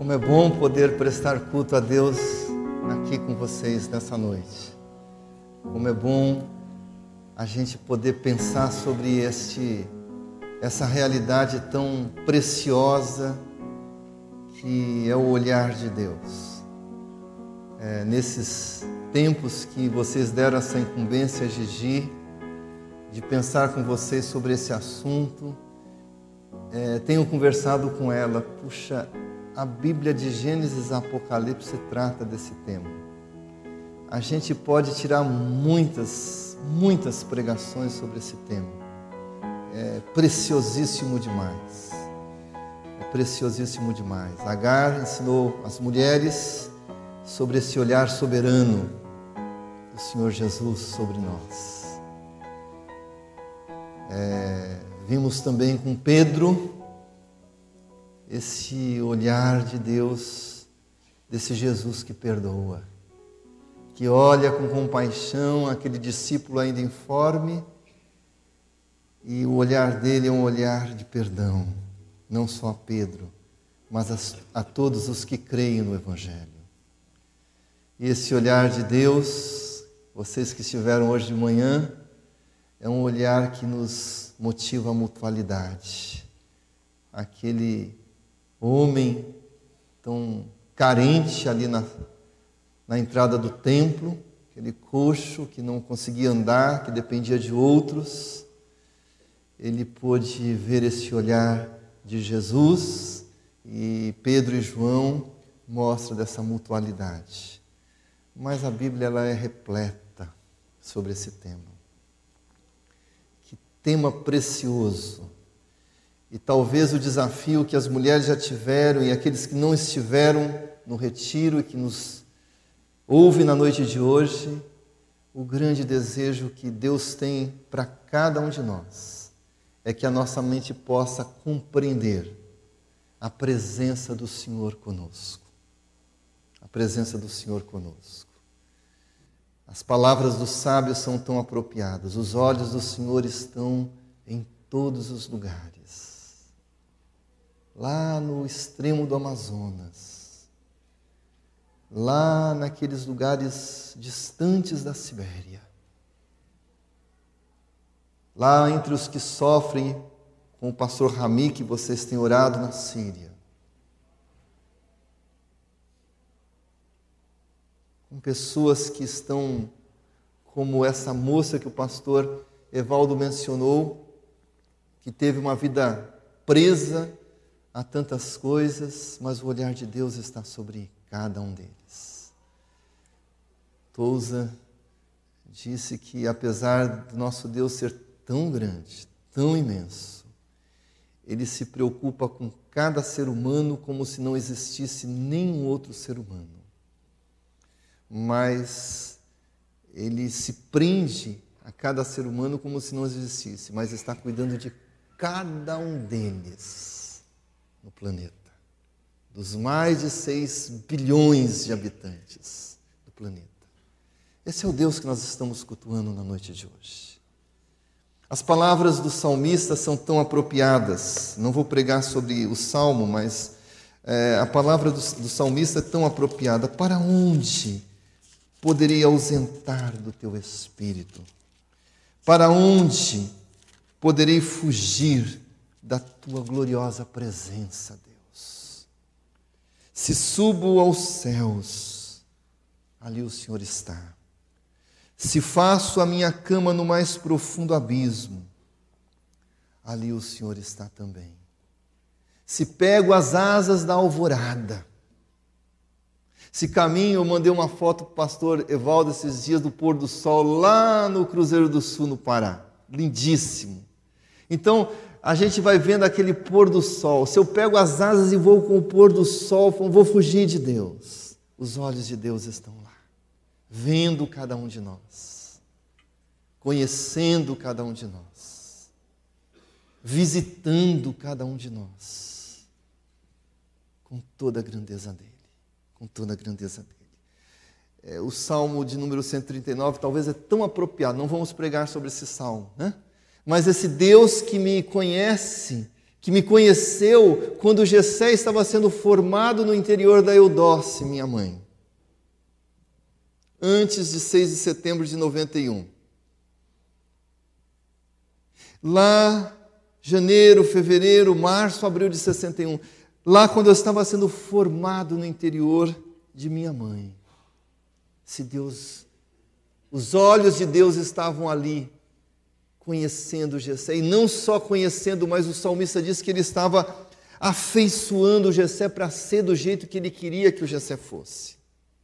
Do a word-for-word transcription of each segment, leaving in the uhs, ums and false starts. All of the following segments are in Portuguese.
Como é bom poder prestar culto a Deus aqui com vocês nessa noite. Como é bom a gente poder pensar sobre este, essa realidade tão preciosa que é o olhar de Deus. É, nesses tempos que vocês deram essa incumbência a Gigi, de pensar com vocês sobre esse assunto, é, tenho conversado com ela. Puxa, a Bíblia de Gênesis a Apocalipse trata desse tema. A gente pode tirar muitas, muitas pregações sobre esse tema. É preciosíssimo demais. É preciosíssimo demais. Agar ensinou as mulheres sobre esse olhar soberano do Senhor Jesus sobre nós. É, vimos também com Pedro esse olhar de Deus, desse Jesus que perdoa, que olha com compaixão aquele discípulo ainda informe, e o olhar dele é um olhar de perdão, não só a Pedro, mas a, a todos os que creem no Evangelho. E esse olhar de Deus, vocês que estiveram hoje de manhã, é um olhar que nos motiva a mutualidade. Aquele homem tão carente ali na, na entrada do templo, aquele coxo que não conseguia andar, que dependia de outros, ele pôde ver esse olhar de Jesus, e Pedro e João mostram dessa mutualidade. Mas a Bíblia ela é repleta sobre esse tema. Que tema precioso. E talvez o desafio que as mulheres já tiveram e aqueles que não estiveram no retiro e que nos ouvem na noite de hoje, o grande desejo que Deus tem para cada um de nós é que a nossa mente possa compreender a presença do Senhor conosco. A presença do Senhor conosco. As palavras dos sábios são tão apropriadas. Os olhos do Senhor estão em todos os lugares. Lá no extremo do Amazonas, lá naqueles lugares distantes da Sibéria, lá entre os que sofrem com o pastor Rami, que vocês têm orado na Síria, com pessoas que estão como essa moça que o pastor Evaldo mencionou, que teve uma vida presa a tantas coisas, mas o olhar de Deus está sobre cada um deles. Touza disse que apesar do nosso Deus ser tão grande, tão imenso, Ele se preocupa com cada ser humano como se não existisse nenhum outro ser humano. Mas Ele se prende a cada ser humano como se não existisse, mas está cuidando de cada um deles no planeta, dos mais de seis bilhões de habitantes do planeta. Esse é o Deus que nós estamos cultuando na noite de hoje. As palavras do salmista são tão apropriadas. Não vou pregar sobre o salmo, mas é, a palavra do, do salmista é tão apropriada. Para onde poderei ausentar do teu espírito? Para onde poderei fugir da tua gloriosa presença, Deus? Se subo aos céus, ali o Senhor está. Se faço a minha cama no mais profundo abismo, ali o Senhor está também. Se pego as asas da alvorada, se caminho, eu mandei uma foto para o pastor Evaldo esses dias do pôr do sol lá no Cruzeiro do Sul, no Pará. Lindíssimo. Então, a gente vai vendo aquele pôr do sol. Se eu pego as asas e vou com o pôr do sol, vou fugir de Deus. Os olhos de Deus estão lá, vendo cada um de nós, conhecendo cada um de nós, visitando cada um de nós, com toda a grandeza dele, com toda a grandeza dele. É, o Salmo de número cento e trinta e nove talvez é tão apropriado, não vamos pregar sobre esse salmo, né? Mas esse Deus que me conhece, que me conheceu quando Jessé estava sendo formado no interior da Eudóce, minha mãe, antes de seis de setembro de noventa e um. Lá, janeiro, fevereiro, março, abril de sessenta e um, lá quando eu estava sendo formado no interior de minha mãe, se Deus, os olhos de Deus estavam ali, conhecendo Jessé, e não só conhecendo, mas o salmista diz que ele estava afeiçoando Jessé para ser do jeito que ele queria que o Jessé fosse.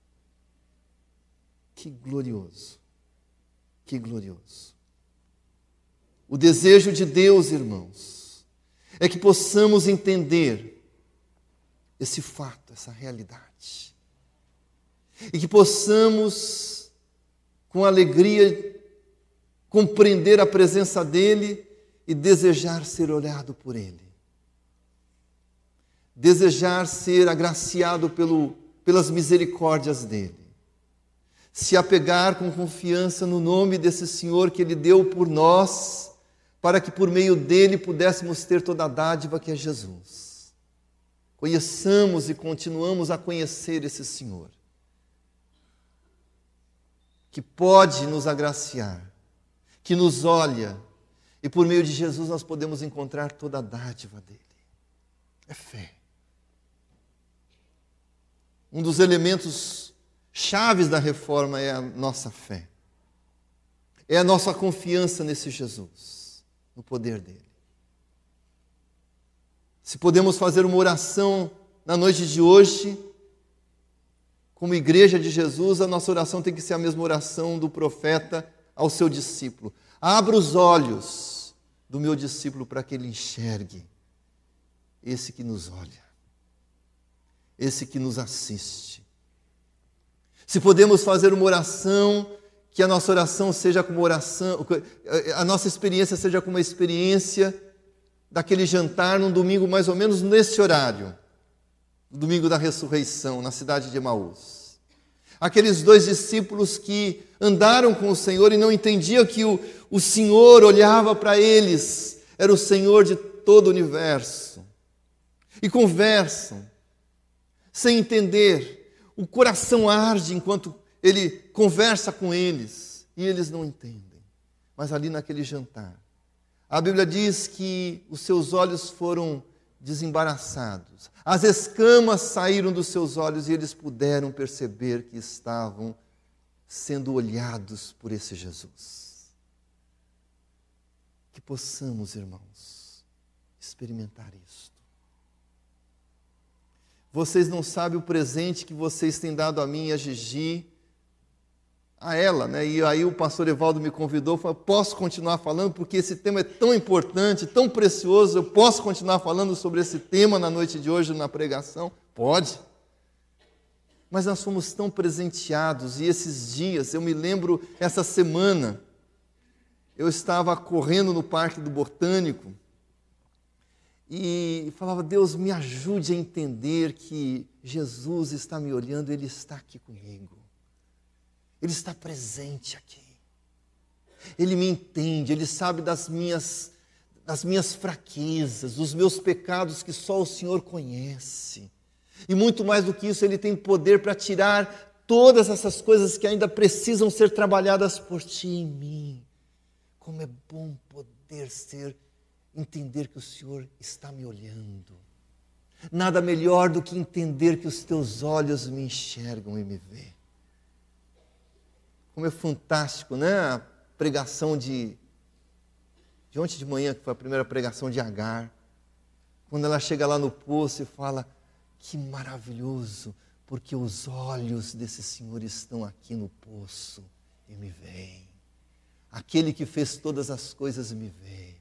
Que glorioso, que glorioso. O desejo de Deus, irmãos, é que possamos entender esse fato, essa realidade, e que possamos, com alegria, compreender a presença dEle e desejar ser olhado por Ele. Desejar ser agraciado pelo, pelas misericórdias dEle. Se apegar com confiança no nome desse Senhor que Ele deu por nós, para que por meio dEle pudéssemos ter toda a dádiva que é Jesus. Conheçamos e continuamos a conhecer esse Senhor, que pode nos agraciar, que nos olha, e por meio de Jesus nós podemos encontrar toda a dádiva dele. É fé. Um dos elementos chaves da reforma é a nossa fé. É a nossa confiança nesse Jesus, no poder dele. Se podemos fazer uma oração na noite de hoje, como igreja de Jesus, a nossa oração tem que ser a mesma oração do profeta ao seu discípulo: abra os olhos do meu discípulo para que ele enxergue esse que nos olha, esse que nos assiste. Se podemos fazer uma oração, que a nossa oração seja como oração, a nossa experiência seja como a experiência daquele jantar num domingo mais ou menos nesse horário, no domingo da ressurreição, na cidade de Emaús. Aqueles dois discípulos que andaram com o Senhor e não entendiam que o, o Senhor olhava para eles, era o Senhor de todo o universo. E conversam, sem entender, o coração arde enquanto ele conversa com eles, e eles não entendem. Mas ali naquele jantar, a Bíblia diz que os seus olhos foram desembaraçados, as escamas saíram dos seus olhos e eles puderam perceber que estavam sendo olhados por esse Jesus. Que possamos, irmãos, experimentar isto. Vocês não sabem o presente que vocês têm dado a mim e a Gigi, a ela, né? E aí o pastor Evaldo me convidou, falou: posso continuar falando, porque esse tema é tão importante, tão precioso, eu posso continuar falando sobre esse tema na noite de hoje, na pregação? Pode. Mas nós fomos tão presenteados, e esses dias, eu me lembro, essa semana, eu estava correndo no Parque do Botânico, e falava: Deus, me ajude a entender que Jesus está me olhando, Ele está aqui comigo. Ele está presente aqui. Ele me entende, Ele sabe das minhas, das minhas fraquezas, dos meus pecados que só o Senhor conhece. E muito mais do que isso, Ele tem poder para tirar todas essas coisas que ainda precisam ser trabalhadas por Ti em mim. Como é bom poder ser, entender que o Senhor está me olhando. Nada melhor do que entender que os Teus olhos me enxergam e me veem. Como é fantástico, né? A pregação de, de ontem de manhã, que foi a primeira pregação de Agar. Quando ela chega lá no poço e fala: que maravilhoso, porque os olhos desse Senhor estão aqui no poço e me veem. Aquele que fez todas as coisas me vê.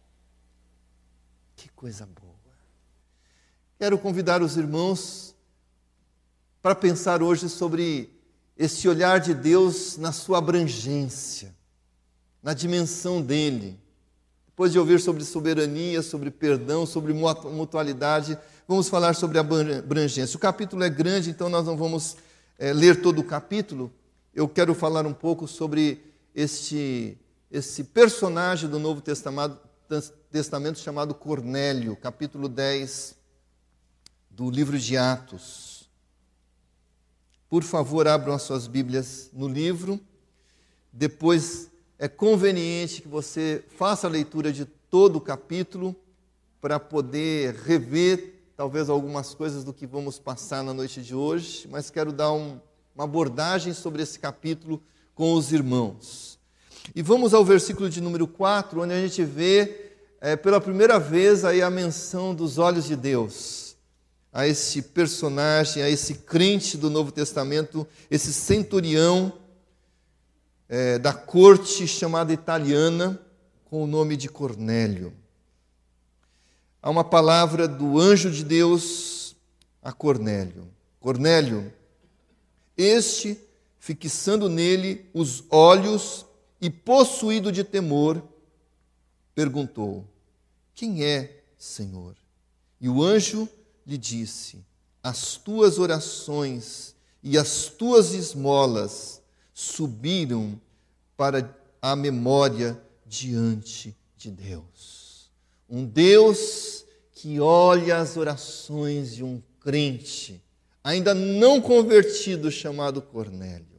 Que coisa boa. Quero convidar os irmãos para pensar hoje sobre esse olhar de Deus na sua abrangência, na dimensão dele. Depois de ouvir sobre soberania, sobre perdão, sobre mutualidade, vamos falar sobre a abrangência. O capítulo é grande, então nós não vamos é, ler todo o capítulo. Eu quero falar um pouco sobre este, esse personagem do Novo Testamento, Testamento chamado Cornélio, capítulo dez do livro de Atos. Por favor, abram as suas Bíblias no livro. Depois é conveniente que você faça a leitura de todo o capítulo para poder rever talvez algumas coisas do que vamos passar na noite de hoje, mas quero dar um, uma abordagem sobre esse capítulo com os irmãos. E vamos ao versículo de número quatro, onde a gente vê é, pela primeira vez aí a menção dos olhos de Deus, a esse personagem, a esse crente do Novo Testamento, esse centurião é, da corte chamada italiana, com o nome de Cornélio. Há uma palavra do anjo de Deus a Cornélio. Cornélio, este, fixando nele os olhos e possuído de temor, perguntou: quem é, Senhor? E o anjo lhe disse: as tuas orações e as tuas esmolas subiram para a memória diante de Deus. Um Deus que olha as orações de um crente, ainda não convertido, chamado Cornélio.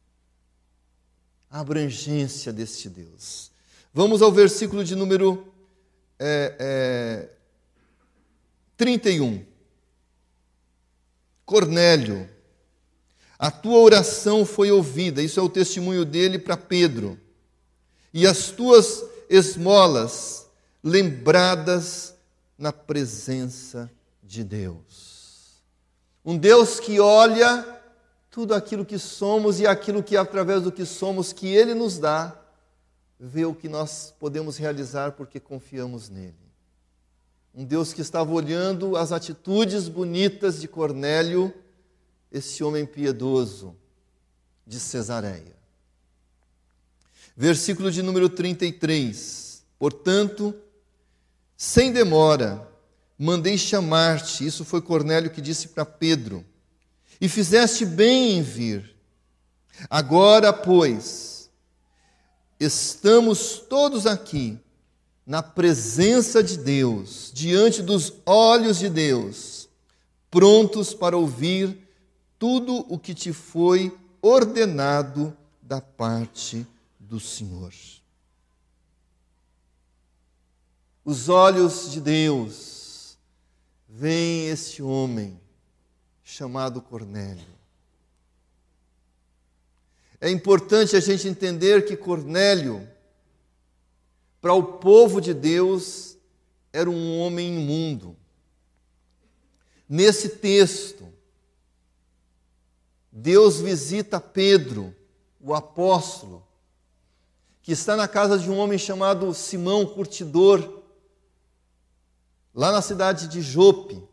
A abrangência deste Deus. Vamos ao versículo de número é, é, trinta e um. Cornélio, a tua oração foi ouvida, isso é o testemunho dele para Pedro, e as tuas esmolas lembradas na presença de Deus. Um Deus que olha tudo aquilo que somos e aquilo que, através do que somos, que Ele nos dá, vê o que nós podemos realizar porque confiamos nele. Um Deus que estava olhando as atitudes bonitas de Cornélio, esse homem piedoso de Cesareia. Versículo de número trinta e três. Portanto, sem demora, mandei chamar-te, isso foi Cornélio que disse para Pedro, e fizeste bem em vir. Agora, pois, estamos todos aqui, na presença de Deus, diante dos olhos de Deus, prontos para ouvir tudo o que te foi ordenado da parte do Senhor. Os olhos de Deus veem este homem chamado Cornélio. É importante a gente entender que Cornélio, para o povo de Deus, era um homem imundo. Nesse texto, Deus visita Pedro, o apóstolo, que está na casa de um homem chamado Simão Curtidor, lá na cidade de Jope.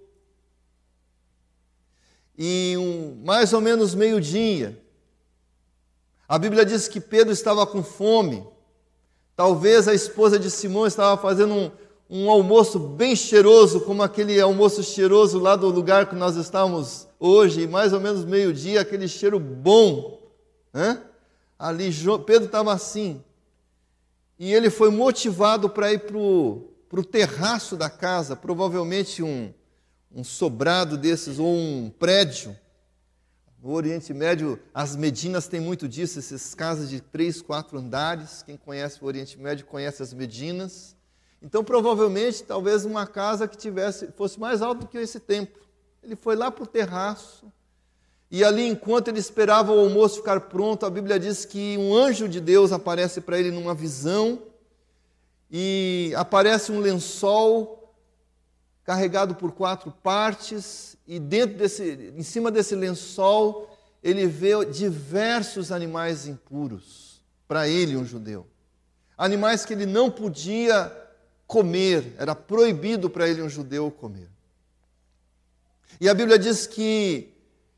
E um, mais ou menos meio-dia, a Bíblia diz que Pedro estava com fome. Talvez a esposa de Simão estava fazendo um, um almoço bem cheiroso, como aquele almoço cheiroso lá do lugar que nós estamos hoje, e mais ou menos meio-dia, aquele cheiro bom. Né? Ali Pedro estava assim. E ele foi motivado para ir para o para o terraço da casa, provavelmente um, um sobrado desses, ou um prédio. No Oriente Médio, as Medinas têm muito disso, essas casas de três, quatro andares. Quem conhece o Oriente Médio conhece as Medinas. Então, provavelmente, talvez uma casa que tivesse, fosse mais alta do que esse templo. Ele foi lá para o terraço, e ali, enquanto ele esperava o almoço ficar pronto, a Bíblia diz que um anjo de Deus aparece para ele numa visão, e aparece um lençol carregado por quatro partes, e dentro desse, em cima desse lençol, ele vê diversos animais impuros, para ele, um judeu. Animais que ele não podia comer, era proibido para ele, um judeu, comer. E a Bíblia diz que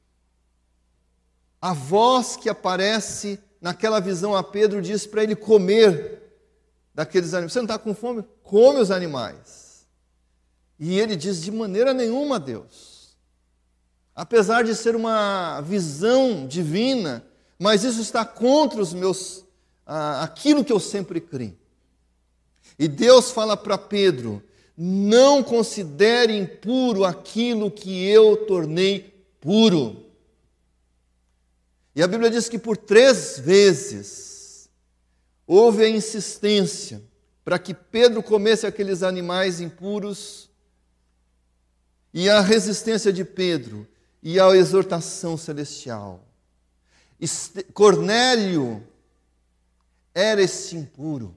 a voz que aparece naquela visão a Pedro diz para ele comer daqueles animais. Você não está com fome? Come os animais. E ele diz: de maneira nenhuma, Deus. Apesar de ser uma visão divina, mas isso está contra os meus, ah, aquilo que eu sempre criei. E Deus fala para Pedro: não considere impuro aquilo que eu tornei puro. E a Bíblia diz que por três vezes houve a insistência para que Pedro comesse aqueles animais impuros, e a resistência de Pedro e a exortação celestial. Cornélio era esse impuro,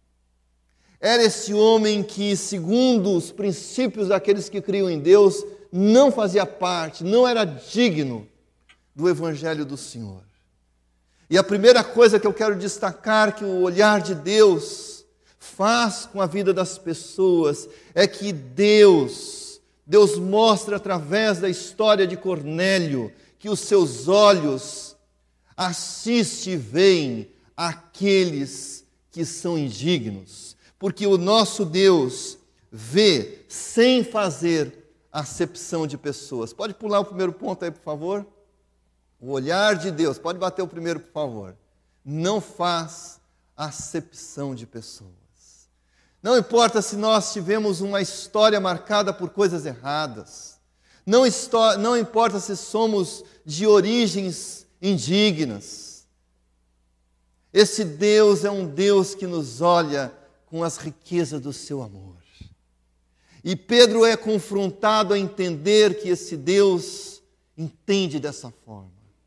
era esse homem que, segundo os princípios daqueles que criam em Deus, não fazia parte, não era digno do Evangelho do Senhor. E a primeira coisa que eu quero destacar que o olhar de Deus faz com a vida das pessoas é que Deus, Deus mostra através da história de Cornélio que os seus olhos assistem e veem aqueles que são indignos, porque o nosso Deus vê sem fazer acepção de pessoas. Pode pular o primeiro ponto aí, por favor? O olhar de Deus, pode bater o primeiro, por favor, não faz acepção de pessoas. Não importa se nós tivemos uma história marcada por coisas erradas, não, não importa se somos de origens indignas, esse Deus é um Deus que nos olha com as riquezas do seu amor. E Pedro é confrontado a entender que esse Deus entende dessa forma.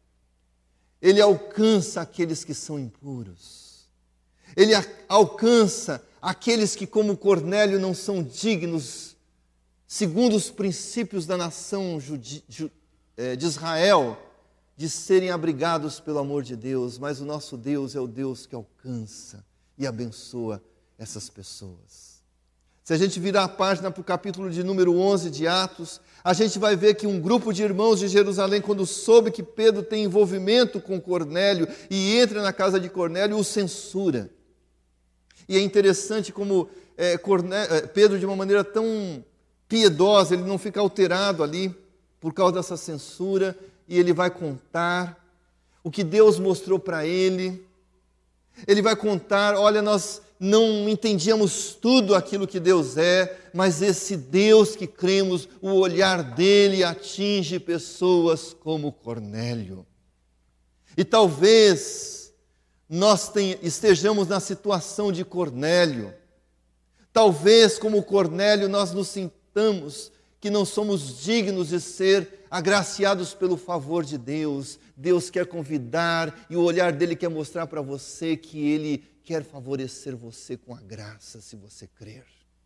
Ele alcança aqueles que são impuros. Ele alcança aqueles que, como Cornélio, não são dignos, segundo os princípios da nação de Israel, de serem abrigados pelo amor de Deus. Mas o nosso Deus é o Deus que alcança e abençoa essas pessoas. Se a gente virar a página para o capítulo de número onze de Atos, a gente vai ver que um grupo de irmãos de Jerusalém, quando soube que Pedro tem envolvimento com Cornélio e entra na casa de Cornélio, o censura. E é interessante como é, Cornélio, Pedro, de uma maneira tão piedosa, ele não fica alterado ali por causa dessa censura, e ele vai contar o que Deus mostrou para ele. Ele vai contar: olha, nós não entendíamos tudo aquilo que Deus é, mas esse Deus que cremos, o olhar dele atinge pessoas como Cornélio. E talvez nós tenha, estejamos na situação de Cornélio. Talvez, como Cornélio, nós nos sintamos que não somos dignos de ser agraciados pelo favor de Deus. Deus quer convidar e o olhar dele quer mostrar para você que ele quer favorecer você com a graça, se você crer.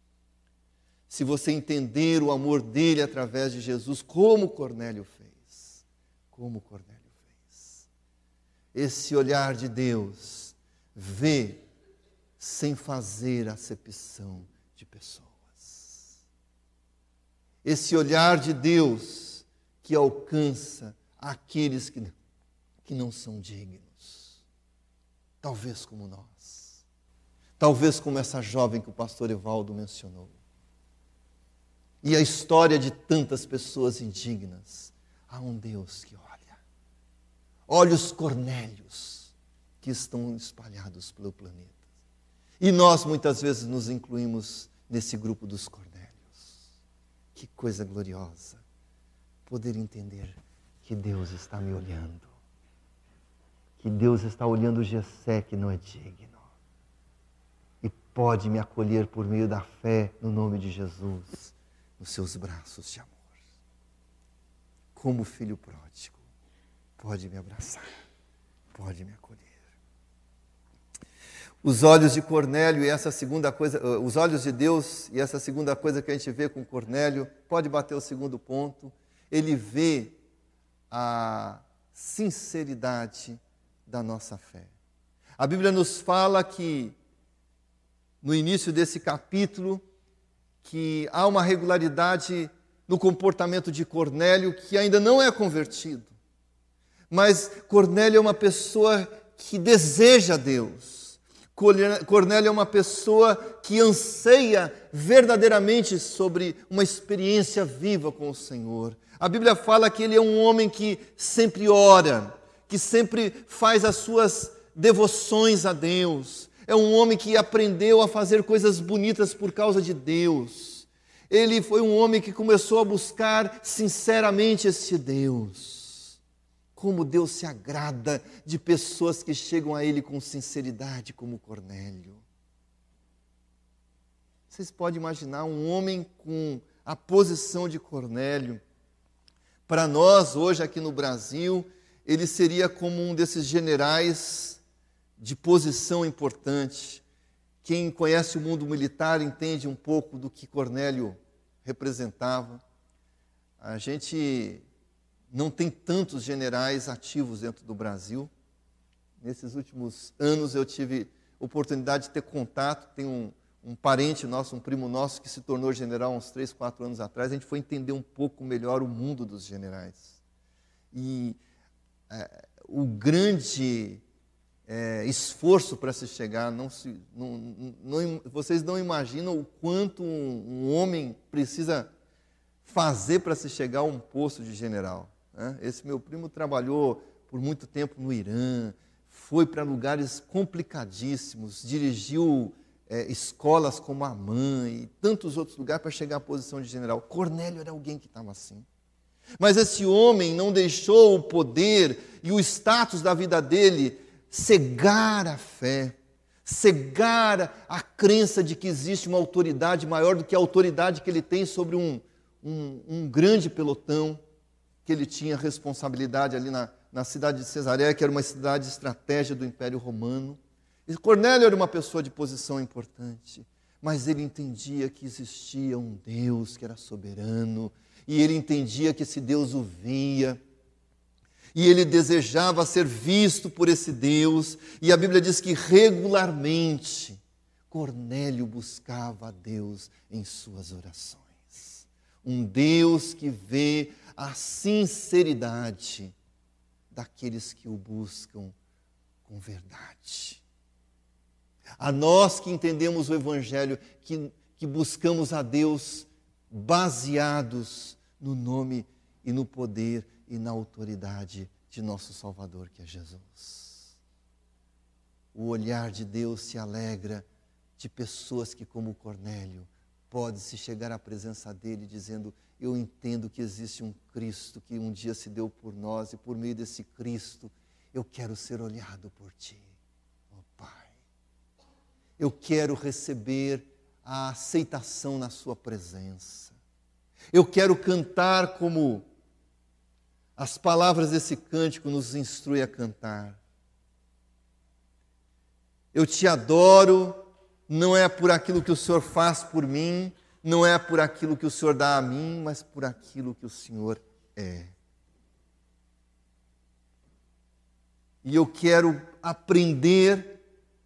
Se você entender o amor dele através de Jesus, como Cornélio fez. Como Cornélio fez. Esse olhar de Deus vê sem fazer acepção de pessoas. Esse olhar de Deus que alcança aqueles que, que não são dignos. Talvez como nós. Talvez como essa jovem que o pastor Evaldo mencionou. E a história de tantas pessoas indignas. Há um Deus que olha. Olha os Cornélios que estão espalhados pelo planeta. E nós muitas vezes nos incluímos nesse grupo dos Cornélios. Que coisa gloriosa poder entender que Deus está me olhando. Que Deus está olhando o Jessé que não é digno. E pode me acolher por meio da fé no nome de Jesus, nos seus braços de amor. Como filho pródigo, pode me abraçar, pode me acolher. Os olhos de Cornélio e essa segunda coisa, os olhos de Deus e essa segunda coisa que a gente vê com Cornélio, pode bater o segundo ponto, ele vê a sinceridade da nossa fé. A Bíblia nos fala que, no início desse capítulo, que há uma regularidade no comportamento de Cornélio que ainda não é convertido. Mas Cornélio é uma pessoa que deseja Deus. Cornélio é uma pessoa que anseia verdadeiramente sobre uma experiência viva com o Senhor. A Bíblia fala que ele é um homem que sempre ora, que sempre faz as suas devoções a Deus. É um homem que aprendeu a fazer coisas bonitas por causa de Deus. Ele foi um homem que começou a buscar sinceramente esse Deus. Como Deus se agrada de pessoas que chegam a Ele com sinceridade, como Cornélio. Vocês podem imaginar um homem com a posição de Cornélio. Para nós, hoje aqui no Brasil, ele seria como um desses generais de posição importante. Quem conhece o mundo militar entende um pouco do que Cornélio representava. A gente não tem tantos generais ativos dentro do Brasil. Nesses últimos anos eu tive oportunidade de ter contato, tem um, um parente nosso, um primo nosso que se tornou general há uns três, quatro anos atrás. A gente foi entender um pouco melhor o mundo dos generais. E é, o grande é, esforço para se chegar, não se, não, não, vocês não imaginam o quanto um, um homem precisa fazer para se chegar a um posto de general. Né? Esse meu primo trabalhou por muito tempo no Irã, foi para lugares complicadíssimos, dirigiu é, escolas como a Amman e tantos outros lugares para chegar à posição de general. Cornélio era alguém que estava assim. Mas esse homem não deixou o poder e o status da vida dele cegar a fé, cegar a crença de que existe uma autoridade maior do que a autoridade que ele tem sobre um, um, um grande pelotão, que ele tinha responsabilidade ali na, na cidade de Cesareia, que era uma cidade estratégica do Império Romano. E Cornélio era uma pessoa de posição importante, mas ele entendia que existia um Deus que era soberano, e ele entendia que esse Deus o via, e ele desejava ser visto por esse Deus, e a Bíblia diz que regularmente Cornélio buscava a Deus em suas orações. Um Deus que vê a sinceridade daqueles que o buscam com verdade. A nós que entendemos o Evangelho, que, que buscamos a Deus baseados no nome e no poder e na autoridade de nosso Salvador, que é Jesus. O olhar de Deus se alegra de pessoas que, como Cornélio, pode se chegar à presença dele dizendo: eu entendo que existe um Cristo que um dia se deu por nós, e por meio desse Cristo eu quero ser olhado por ti, ó Pai. Eu quero receber a aceitação na sua presença. Eu quero cantar como as palavras desse cântico nos instruem a cantar. Eu te adoro, não é por aquilo que o Senhor faz por mim, não é por aquilo que o Senhor dá a mim, mas por aquilo que o Senhor é. E eu quero aprender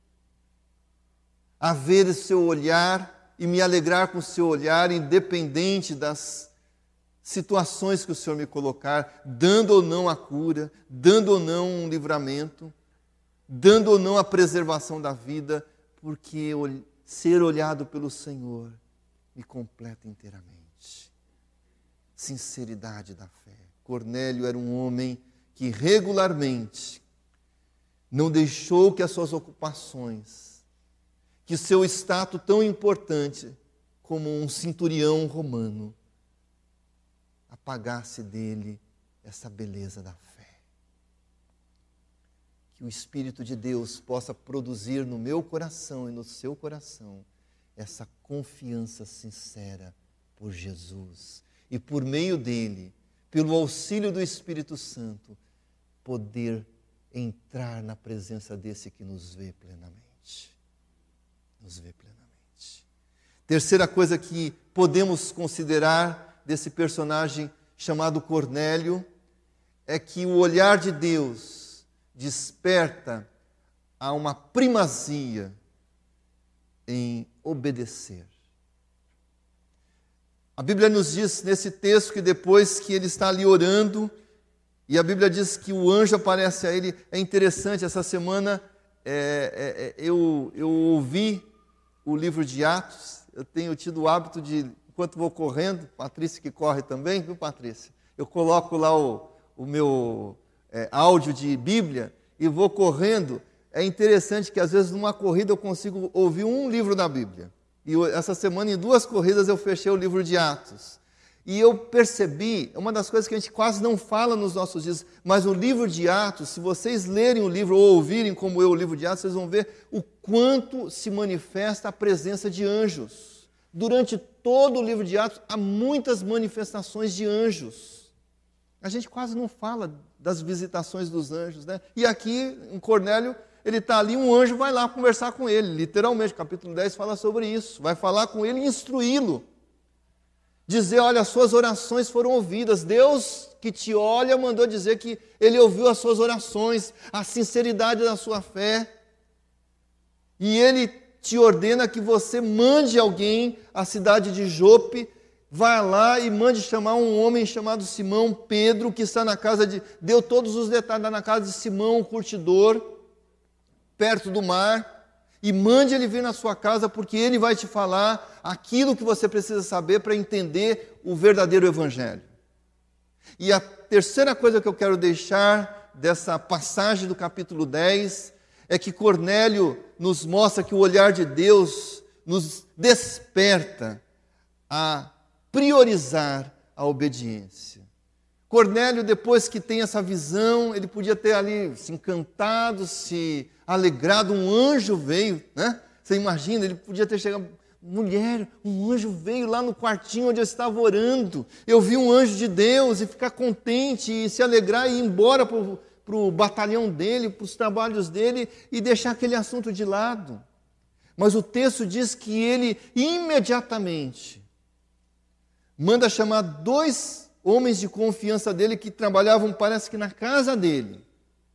a ver o seu olhar e me alegrar com o seu olhar, independente das situações que o Senhor me colocar, dando ou não a cura, dando ou não um livramento, dando ou não a preservação da vida, porque ser olhado pelo Senhor me completa inteiramente. Sinceridade da fé. Cornélio era um homem que regularmente não deixou que as suas ocupações, que seu status tão importante como um centurião romano, apagasse dele essa beleza da fé. Que o Espírito de Deus possa produzir no meu coração e no seu coração essa confiança sincera por Jesus. E por meio dele, pelo auxílio do Espírito Santo, poder entrar na presença desse que nos vê plenamente. Nos vê plenamente. Terceira coisa que podemos considerar desse personagem chamado Cornélio é que o olhar de Deus desperta a uma primazia em obedecer. A Bíblia nos diz nesse texto que depois que ele está ali orando, e a Bíblia diz que o anjo aparece a ele. É interessante, essa semana é, é, eu, eu ouvi o livro de Atos. Eu tenho tido o hábito de, enquanto vou correndo, Patrícia que corre também, viu, Patrícia? Eu coloco lá o, o meu é, áudio de Bíblia e vou correndo é interessante que às vezes numa corrida eu consigo ouvir um livro da Bíblia. E essa semana em duas corridas eu fechei o livro de Atos. E eu percebi, uma das coisas que a gente quase não fala nos nossos dias, mas o livro de Atos, se vocês lerem o livro ou ouvirem como eu o livro de Atos, vocês vão ver o quanto se manifesta a presença de anjos. Durante todo o livro de Atos há muitas manifestações de anjos. A gente quase não fala das visitações dos anjos, né? E aqui, em Cornélio, ele está ali, um anjo vai lá conversar com ele, literalmente, capítulo dez fala sobre isso, vai falar com ele e instruí-lo. Dizer, olha, as suas orações foram ouvidas. Deus que te olha mandou dizer que Ele ouviu as suas orações, a sinceridade da sua fé. E Ele te ordena que você mande alguém à cidade de Jope, vá lá e mande chamar um homem chamado Simão Pedro, que está na casa de... Deu todos os detalhes, está na casa de Simão, o curtidor, perto do mar. E mande ele vir na sua casa, porque ele vai te falar aquilo que você precisa saber para entender o verdadeiro evangelho. E a terceira coisa que eu quero deixar dessa passagem do capítulo dez é que Cornélio nos mostra que o olhar de Deus nos desperta a priorizar a obediência. Cornélio, depois que tem essa visão, ele podia ter ali se encantado, se alegrado, um anjo veio, né? Você imagina, ele podia ter chegado, mulher, um anjo veio lá no quartinho onde eu estava orando, eu vi um anjo de Deus, e ficar contente, e se alegrar, e ir embora para o batalhão dele, para os trabalhos dele, e deixar aquele assunto de lado. Mas o texto diz que ele imediatamente manda chamar dois homens de confiança dele que trabalhavam, parece que na casa dele.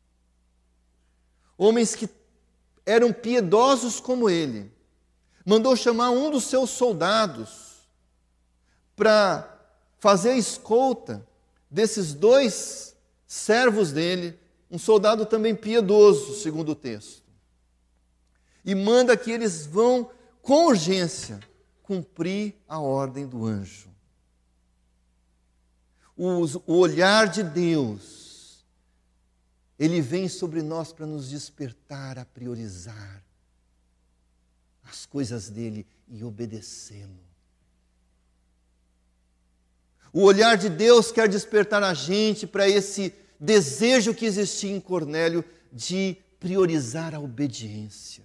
Homens que eram piedosos como ele. Mandou chamar um dos seus soldados para fazer a escolta desses dois servos dele, um soldado também piedoso, segundo o texto. E manda que eles vão, com urgência, cumprir a ordem do anjo. O olhar de Deus, ele vem sobre nós para nos despertar a priorizar as coisas dele e obedecê-lo. O olhar de Deus quer despertar a gente para esse desejo que existia em Cornélio de priorizar a obediência.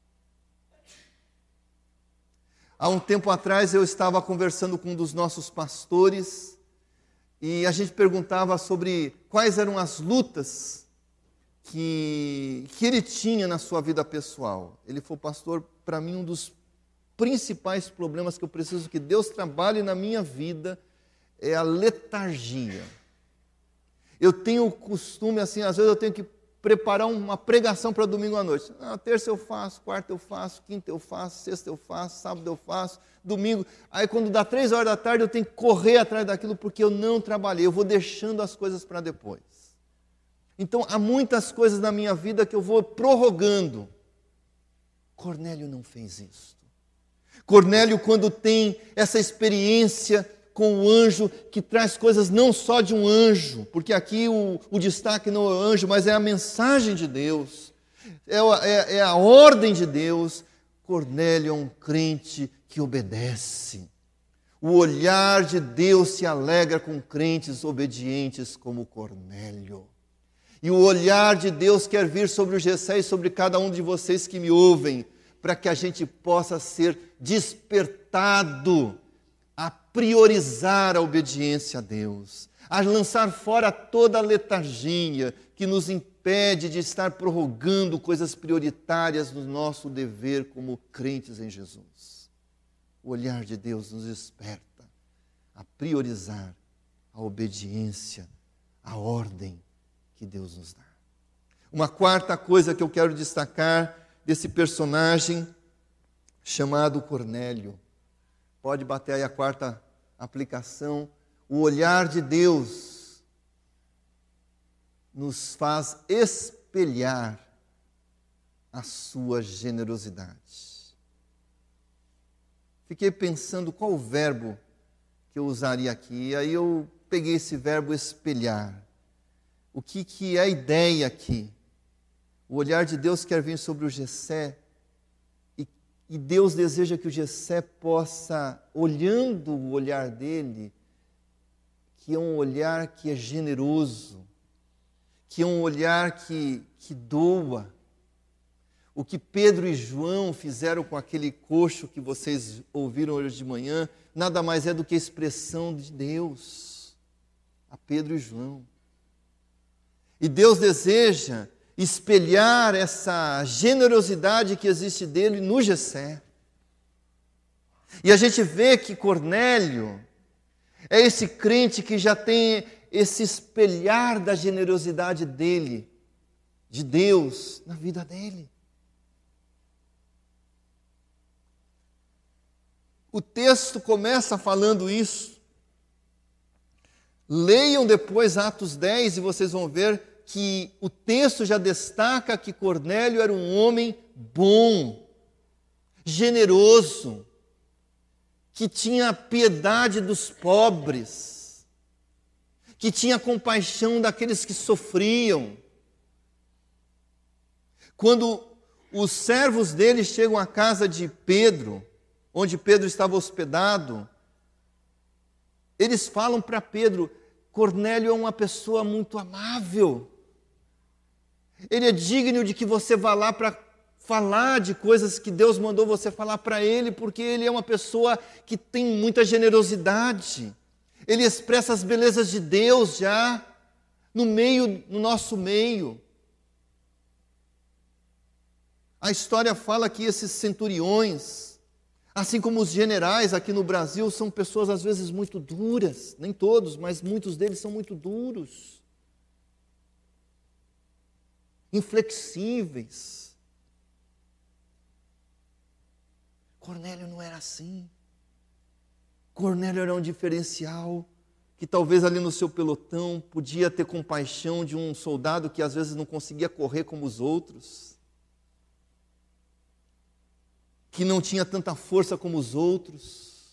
Há um tempo atrás eu estava conversando com um dos nossos pastores e a gente perguntava sobre quais eram as lutas que, que ele tinha na sua vida pessoal. Ele falou, pastor, para mim um dos principais problemas que eu preciso que Deus trabalhe na minha vida é a letargia. Eu tenho o costume, assim, às vezes eu tenho que preparar uma pregação para domingo à noite. Ah, terça eu faço, quarta eu faço, quinta eu faço, sexta eu faço, sábado eu faço, domingo. Aí quando dá três horas da tarde eu tenho que correr atrás daquilo porque eu não trabalhei, eu vou deixando as coisas para depois. Então há muitas coisas na minha vida que eu vou prorrogando. Cornélio não fez isso. Cornélio, quando tem essa experiência com o anjo, que traz coisas não só de um anjo, porque aqui o, o destaque não é o anjo, mas é a mensagem de Deus, é, é, é a ordem de Deus. Cornélio é um crente que obedece. O olhar de Deus se alegra com crentes obedientes como Cornélio. E o olhar de Deus quer vir sobre o Gessé e sobre cada um de vocês que me ouvem, para que a gente possa ser despertado a priorizar a obediência a Deus, a lançar fora toda a letargia que nos impede de estar prorrogando coisas prioritárias no nosso dever como crentes em Jesus. O olhar de Deus nos desperta a priorizar a obediência, a ordem que Deus nos dá. Uma quarta coisa que eu quero destacar desse personagem chamado Cornélio. Pode bater aí a quarta aplicação. O olhar de Deus nos faz espelhar a sua generosidade. Fiquei pensando qual o verbo que eu usaria aqui. E aí eu peguei esse verbo espelhar. O que, que é a ideia aqui? O olhar de Deus quer vir sobre o Jessé, e, e Deus deseja que o Jessé possa, olhando o olhar dele, que é um olhar que é generoso, que é um olhar que, que doa. O que Pedro e João fizeram com aquele coxo que vocês ouviram hoje de manhã, nada mais é do que a expressão de Deus a Pedro e João. E Deus deseja espelhar essa generosidade que existe dele no Jessé. E a gente vê que Cornélio é esse crente que já tem esse espelhar da generosidade dele, de Deus, na vida dele. O texto começa falando isso. Leiam depois Atos dez e vocês vão ver que o texto já destaca que Cornélio era um homem bom, generoso, que tinha piedade dos pobres, que tinha compaixão daqueles que sofriam. Quando os servos dele chegam à casa de Pedro, onde Pedro estava hospedado, eles falam para Pedro: Cornélio é uma pessoa muito amável. Ele é digno de que você vá lá para falar de coisas que Deus mandou você falar para ele, porque ele é uma pessoa que tem muita generosidade. Ele expressa as belezas de Deus já no meio, no nosso meio. A história fala que esses centuriões, assim como os generais aqui no Brasil, são pessoas às vezes muito duras, nem todos, mas muitos deles são muito duros, inflexíveis. Cornélio não era assim. Cornélio era um diferencial, que talvez ali no seu pelotão podia ter compaixão de um soldado que às vezes não conseguia correr como os outros, que não tinha tanta força como os outros.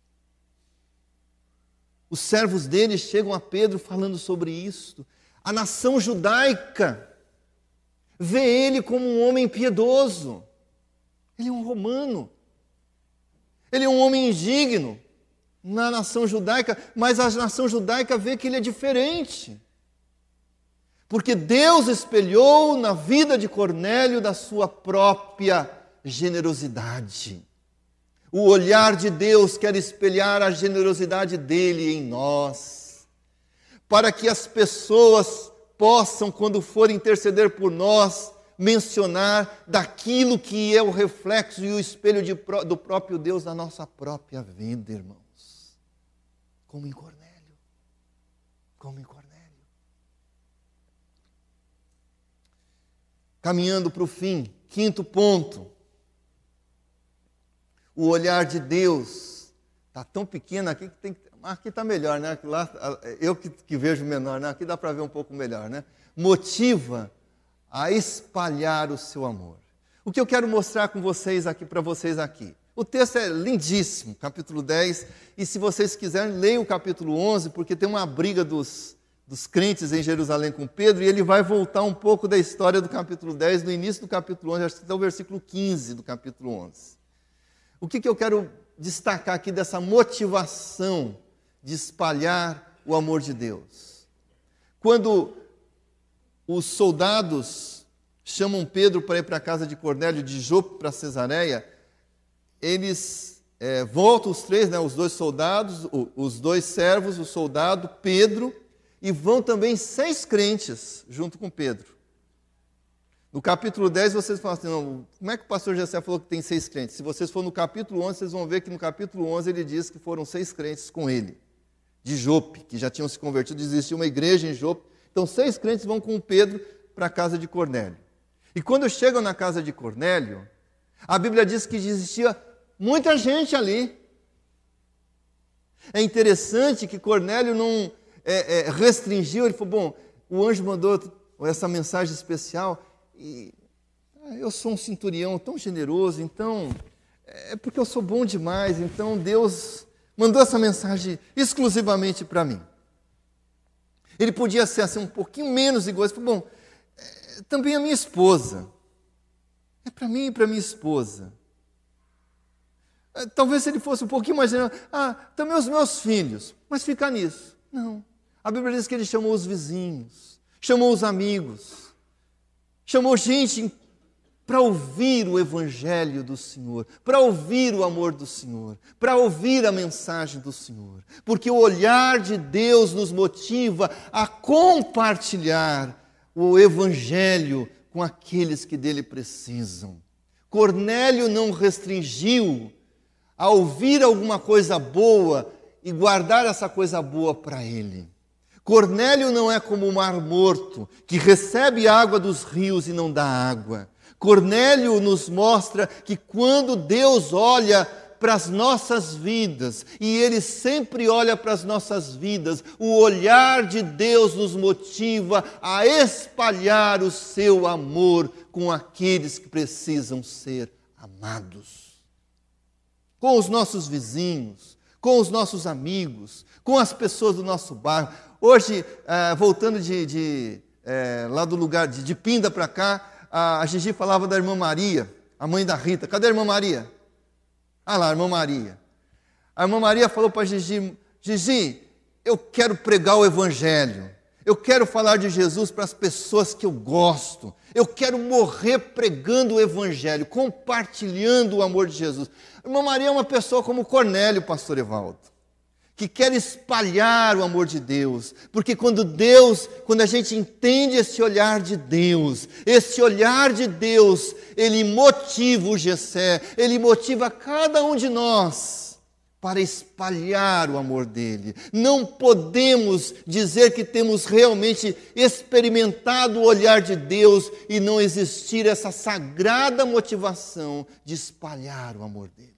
Os servos dele chegam a Pedro falando sobre isso. A nação judaica vê ele como um homem piedoso. Ele é um romano. Ele é um homem indigno na nação judaica, mas a nação judaica vê que ele é diferente. Porque Deus espelhou na vida de Cornélio da sua própria generosidade. O olhar de Deus quer espelhar a generosidade dele em nós, para que as pessoas possam, quando forem interceder por nós, mencionar daquilo que é o reflexo e o espelho de, do próprio Deus na nossa própria vida, irmãos. Como em Cornélio. Como em Cornélio. Caminhando para o fim, quinto ponto. O olhar de Deus está tão pequeno aqui que tem que... Aqui está melhor, né? Lá, eu que, que vejo menor, né? Aqui dá para ver um pouco melhor, né? Motiva a espalhar o seu amor. O que eu quero mostrar com vocês aqui, para vocês aqui. O texto é lindíssimo, capítulo dez, e se vocês quiserem, leiam o capítulo onze, porque tem uma briga dos, dos crentes em Jerusalém com Pedro, e ele vai voltar um pouco da história do capítulo dez, no início do capítulo onze, até o versículo quinze do capítulo onze. O que, que eu quero destacar aqui dessa motivação de espalhar o amor de Deus? Quando os soldados chamam Pedro para ir para a casa de Cornélio, de Jope para Cesareia, eles é, voltam os três, né, os dois soldados, os dois servos, o soldado, Pedro, e vão também seis crentes junto com Pedro. No capítulo dez, vocês falam assim, não, como é que o pastor Jessé falou que tem seis crentes? Se vocês forem no capítulo onze, vocês vão ver que no capítulo onze ele diz que foram seis crentes com ele, de Jope, que já tinham se convertido, existia uma igreja em Jope. Então, seis crentes vão com Pedro para a casa de Cornélio. E quando chegam na casa de Cornélio, a Bíblia diz que existia muita gente ali. É interessante que Cornélio não é, é, restringiu, ele falou, bom, o anjo mandou essa mensagem especial, e ah, eu sou um centurião tão generoso, então, é porque eu sou bom demais, então Deus mandou essa mensagem exclusivamente para mim. Ele podia ser assim, um pouquinho menos egoísta, falou, bom, é também a minha esposa. É para mim e para minha esposa. É, talvez se ele fosse um pouquinho mais generoso, ah, também os meus filhos, mas fica nisso. Não. A Bíblia diz que ele chamou os vizinhos, chamou os amigos, chamou gente para ouvir o Evangelho do Senhor, para ouvir o amor do Senhor, para ouvir a mensagem do Senhor. Porque o olhar de Deus nos motiva a compartilhar o Evangelho com aqueles que dele precisam. Cornélio não restringiu a ouvir alguma coisa boa e guardar essa coisa boa para ele. Cornélio não é como o mar morto, que recebe água dos rios e não dá água. Cornélio nos mostra que quando Deus olha para as nossas vidas, e Ele sempre olha para as nossas vidas, o olhar de Deus nos motiva a espalhar o seu amor com aqueles que precisam ser amados. Com os nossos vizinhos, com os nossos amigos, com as pessoas do nosso bairro. Hoje, eh, voltando de, de, eh, lá do lugar de, de Pinda para cá, a Gigi falava da irmã Maria, a mãe da Rita. Cadê a irmã Maria? Ah lá, a irmã Maria. A irmã Maria falou para a Gigi, Gigi, eu quero pregar o Evangelho. Eu quero falar de Jesus para as pessoas que eu gosto. Eu quero morrer pregando o Evangelho, compartilhando o amor de Jesus. A irmã Maria é uma pessoa como Cornélio, pastor Evaldo, que quer espalhar o amor de Deus, porque quando Deus, quando a gente entende esse olhar de Deus, esse olhar de Deus, ele motiva o Gessé, ele motiva cada um de nós para espalhar o amor dele. Não podemos dizer que temos realmente experimentado o olhar de Deus e não existir essa sagrada motivação de espalhar o amor dele.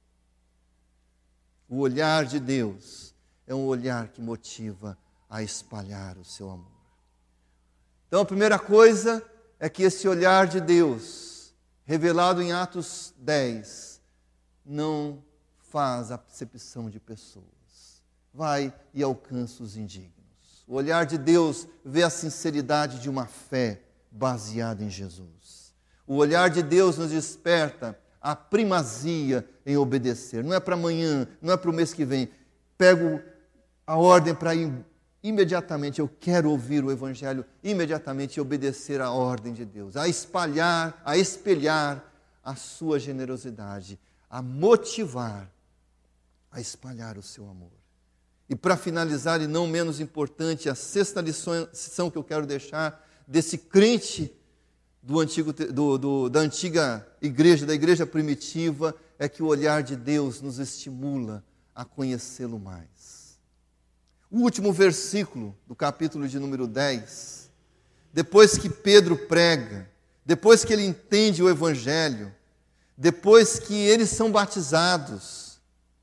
O olhar de Deus é um olhar que motiva a espalhar o seu amor. Então, a primeira coisa é que esse olhar de Deus, revelado em Atos dez, não faz acepção de pessoas. Vai e alcança os indignos. O olhar de Deus vê a sinceridade de uma fé baseada em Jesus. O olhar de Deus nos desperta a primazia em obedecer. Não é para amanhã, não é para o mês que vem. Pego a ordem para ir imediatamente. Eu quero ouvir o Evangelho imediatamente e obedecer à ordem de Deus. A espalhar, a espelhar a sua generosidade. A motivar a espalhar o seu amor. E para finalizar, e não menos importante, a sexta lição, lição que eu quero deixar desse crente Do antigo, do, do, da antiga igreja, da igreja primitiva, é que o olhar de Deus nos estimula a conhecê-lo mais. O último versículo do capítulo de número dez, depois que Pedro prega, depois que ele entende o Evangelho, depois que eles são batizados,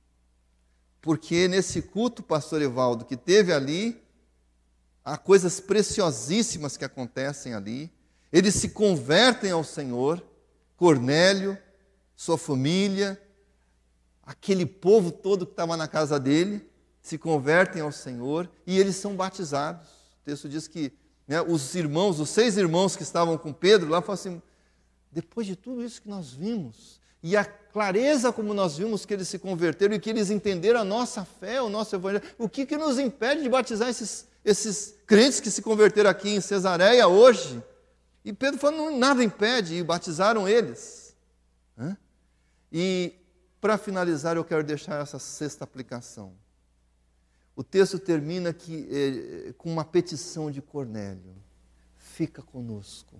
porque nesse culto, pastor Evaldo, que teve ali, há coisas preciosíssimas que acontecem ali. Eles se convertem ao Senhor, Cornélio, sua família, aquele povo todo que estava na casa dele, se convertem ao Senhor e eles são batizados. O texto diz que, né, os irmãos, os seis irmãos que estavam com Pedro, lá falam assim, depois de tudo isso que nós vimos, e a clareza como nós vimos que eles se converteram e que eles entenderam a nossa fé, o nosso Evangelho, o que, que nos impede de batizar esses, esses crentes que se converteram aqui em Cesareia hoje? E Pedro falou, não, nada impede, e batizaram eles. Hã? E, para finalizar, eu quero deixar essa sexta aplicação. O texto termina aqui, eh, com uma petição de Cornélio. Fica conosco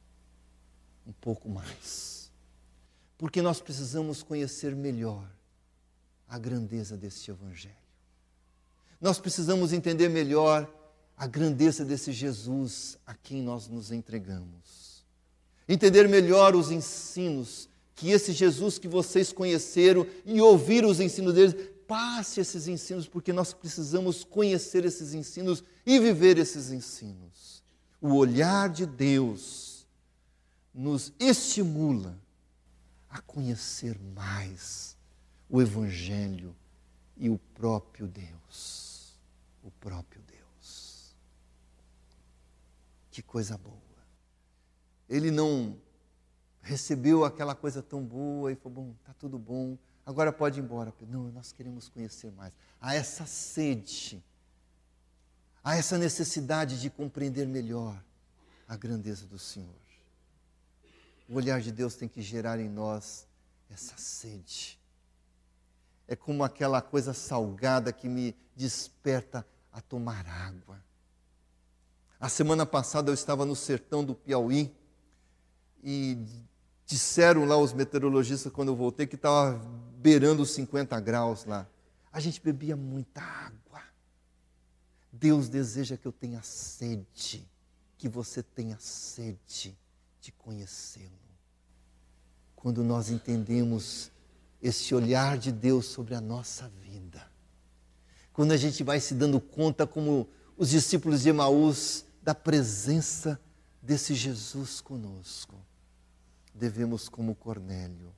um pouco mais. Porque nós precisamos conhecer melhor a grandeza deste Evangelho. Nós precisamos entender melhor a grandeza desse Jesus a quem nós nos entregamos. Entender melhor os ensinos que esse Jesus que vocês conheceram e ouvir os ensinos deles, passe esses ensinos, porque nós precisamos conhecer esses ensinos e viver esses ensinos. O olhar de Deus nos estimula a conhecer mais o Evangelho e o próprio Deus. O próprio Deus. Que coisa boa. ele não recebeu aquela coisa tão boa e falou, bom, está tudo bom, agora pode ir embora. Não, nós queremos conhecer mais. Há essa sede, há essa necessidade de compreender melhor a grandeza do Senhor. O olhar de Deus tem que gerar em nós essa sede. É como aquela coisa salgada que me desperta a tomar água. A semana passada eu estava no sertão do Piauí e disseram lá os meteorologistas quando eu voltei que estava beirando os cinquenta graus lá. A gente bebia muita água. Deus deseja que eu tenha sede, que você tenha sede de conhecê-lo. Quando nós entendemos esse olhar de Deus sobre a nossa vida, quando a gente vai se dando conta, como os discípulos de Emaús, da presença desse Jesus conosco, devemos, como Cornélio,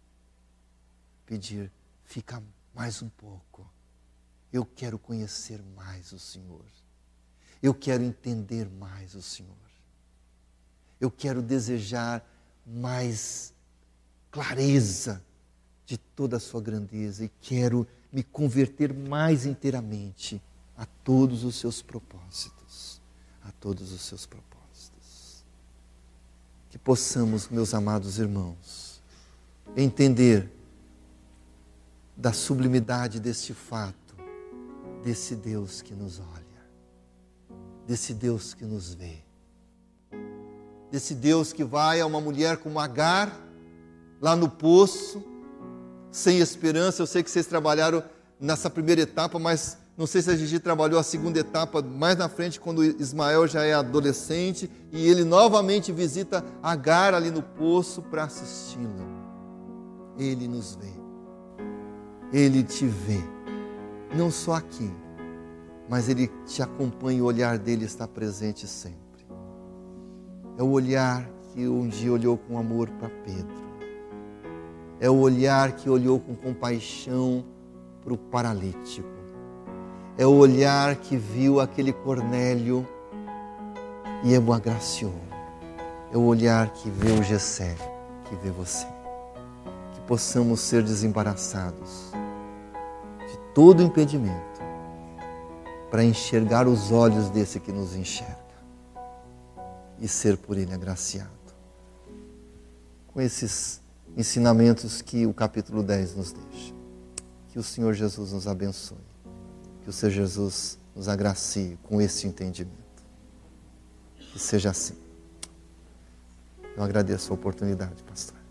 pedir, fica mais um pouco, eu quero conhecer mais o Senhor, eu quero entender mais o Senhor, eu quero desejar mais clareza de toda a sua grandeza e quero me converter mais inteiramente a todos os seus propósitos, a todos os seus propósitos. Que possamos, meus amados irmãos, entender da sublimidade deste fato, desse Deus que nos olha, desse Deus que nos vê, desse Deus que vai a uma mulher como Agar, lá no poço, sem esperança. Eu sei que vocês trabalharam nessa primeira etapa, mas não sei se a Gigi trabalhou a segunda etapa mais na frente, quando Ismael já é adolescente, e ele novamente visita Agar ali no poço para assisti-la. Ele nos vê, Ele te vê, não só aqui, mas Ele te acompanha, o olhar dele está presente sempre. É o olhar que um dia olhou com amor para Pedro. É o olhar que olhou com compaixão para o paralítico. É o olhar que viu aquele Cornélio e o agraciou. É o olhar que vê o Gessé, que vê você. Que possamos ser desembaraçados de todo impedimento para enxergar os olhos desse que nos enxerga e ser por ele agraciado. Com esses ensinamentos que o capítulo dez nos deixa. Que o Senhor Jesus nos abençoe. Que o Senhor Jesus nos agracie com esse entendimento. Que seja assim. Eu agradeço a oportunidade, pastor.